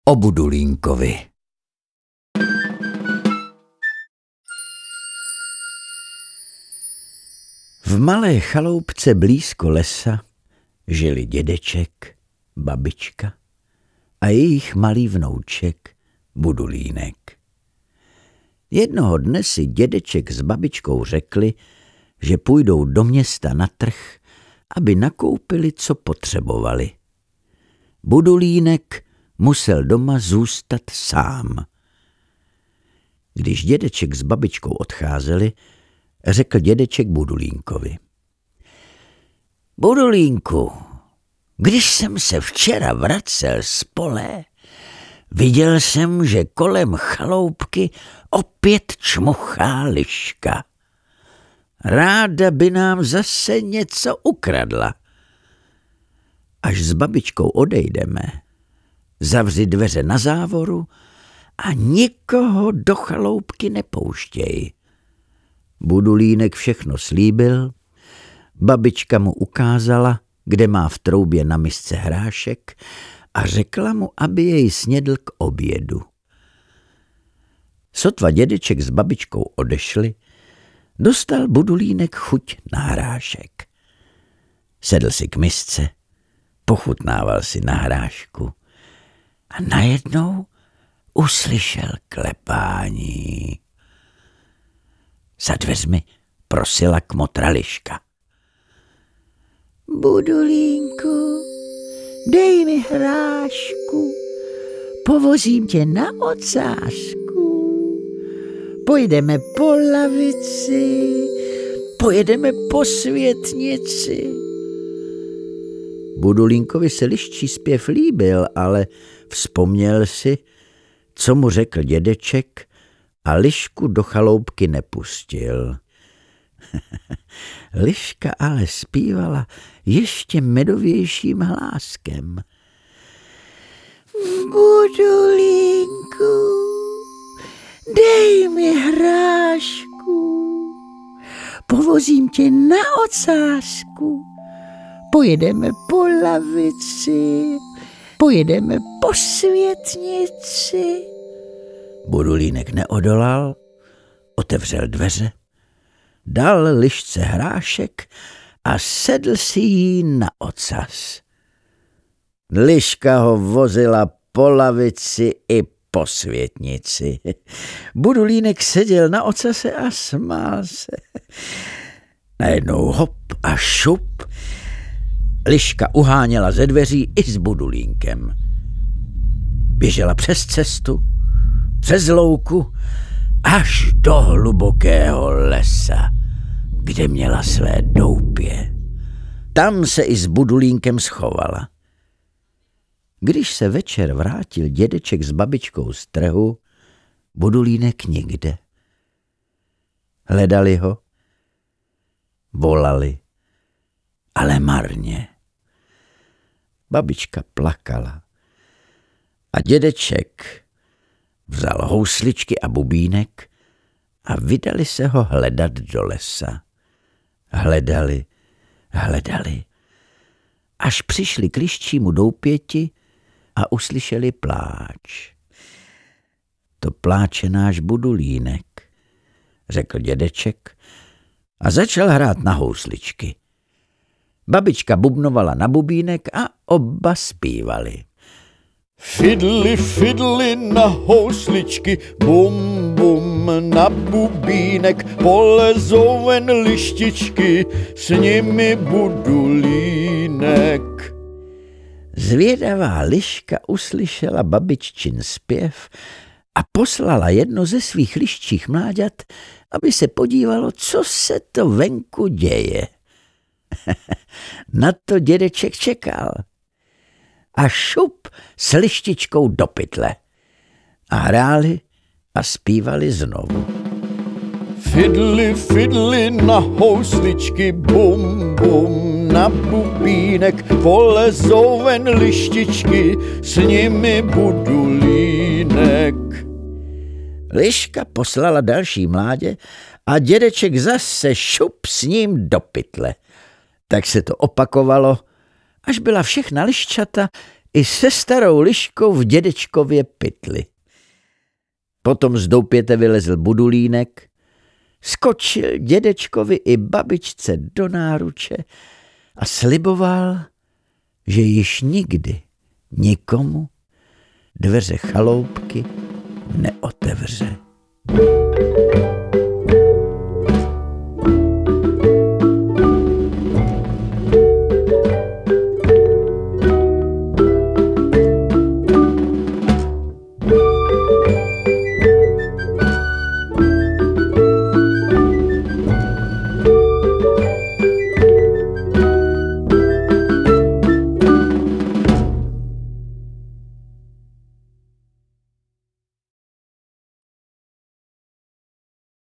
o Budulínkovi. V malé chaloupce blízko lesa žili dědeček, babička a jejich malý vnouček Budulínek. Jednoho dne si dědeček s babičkou řekli, že půjdou do města na trh, aby nakoupili, co potřebovali. Budulínek musel doma zůstat sám. Když dědeček s babičkou odcházeli, řekl dědeček Budulínkovi: Budulínku, když jsem se včera vracel z pole, viděl jsem, že kolem chaloupky opět čmuchá liška. Ráda by nám zase něco ukradla. Až s babičkou odejdeme, zavři dveře na závoru a nikoho do chaloupky nepouštěj. Budulínek všechno slíbil, babička mu ukázala, kde má v troubě na misce hrášek a řekla mu, aby jej snědl k obědu. Sotva dědeček s babičkou odešli, dostal Budulínek chuť na hrášek. Sedl si k misce, pochutnával si na hrášku a najednou uslyšel klepání. Za dveřmi prosila kmotra liška. Budulínku, dej mi hrášku, povozím tě na ocásku. Pojedeme po lavici, pojedeme po světnici. Budulínkovi se liščí zpěv líbil, ale vzpomněl si, co mu řekl dědeček, a lišku do chaloupky nepustil. Liška ale zpívala ještě medovějším hláskem. Budulínku, dej mi hrášku, povozím tě na ocásku, pojedeme po lavici, pojedeme po světnici. Budulínek neodolal, otevřel dveře, dal lišce hrášek a sedl si jí na ocas. Liška ho vozila po lavici i po světnici. Budulínek seděl na ocase a smál se. Najednou hop a šup, liška uháněla ze dveří i s Budulínkem. Běžela přes cestu, přes louku, až do hlubokého lesa, kde měla své doupě. Tam se i s Budulínkem schovala. Když se večer vrátil dědeček s babičkou z trhu, Budulínek nikde. Hledali ho, volali, ale marně. Babička plakala a dědeček vzal housličky a bubínek a vydali se ho hledat do lesa. Hledali, hledali, až přišli k liščímu doupěti a uslyšeli pláč. To pláče náš Budulínek, řekl dědeček a začal hrát na housličky. Babička bubnovala na bubínek a oba zpívali. Fidli, fidli na housličky, bum, bum na bubínek, polezou ven lištičky, s nimi Budulínek. Zvědavá liška uslyšela babiččin zpěv a poslala jedno ze svých liščích mláďat, aby se podívalo, co se to venku děje. Na to dědeček čekal. A šup s lištičkou do pytle. A hráli a zpívali znovu. Fidli, fidli na housličky, bum, bum na bubínek, polezou ven lištičky, s nimi Budulínek. Liška poslala další mládě a dědeček zase šup s ním do pytle. Tak se to opakovalo, až byla všechna liščata i se starou liškou v dědečkově pytli. Potom z doupěte vylezl Budulínek, skočil dědečkovi i babičce do náruče a sliboval, že již nikdy nikomu dveře chaloupky neotevře.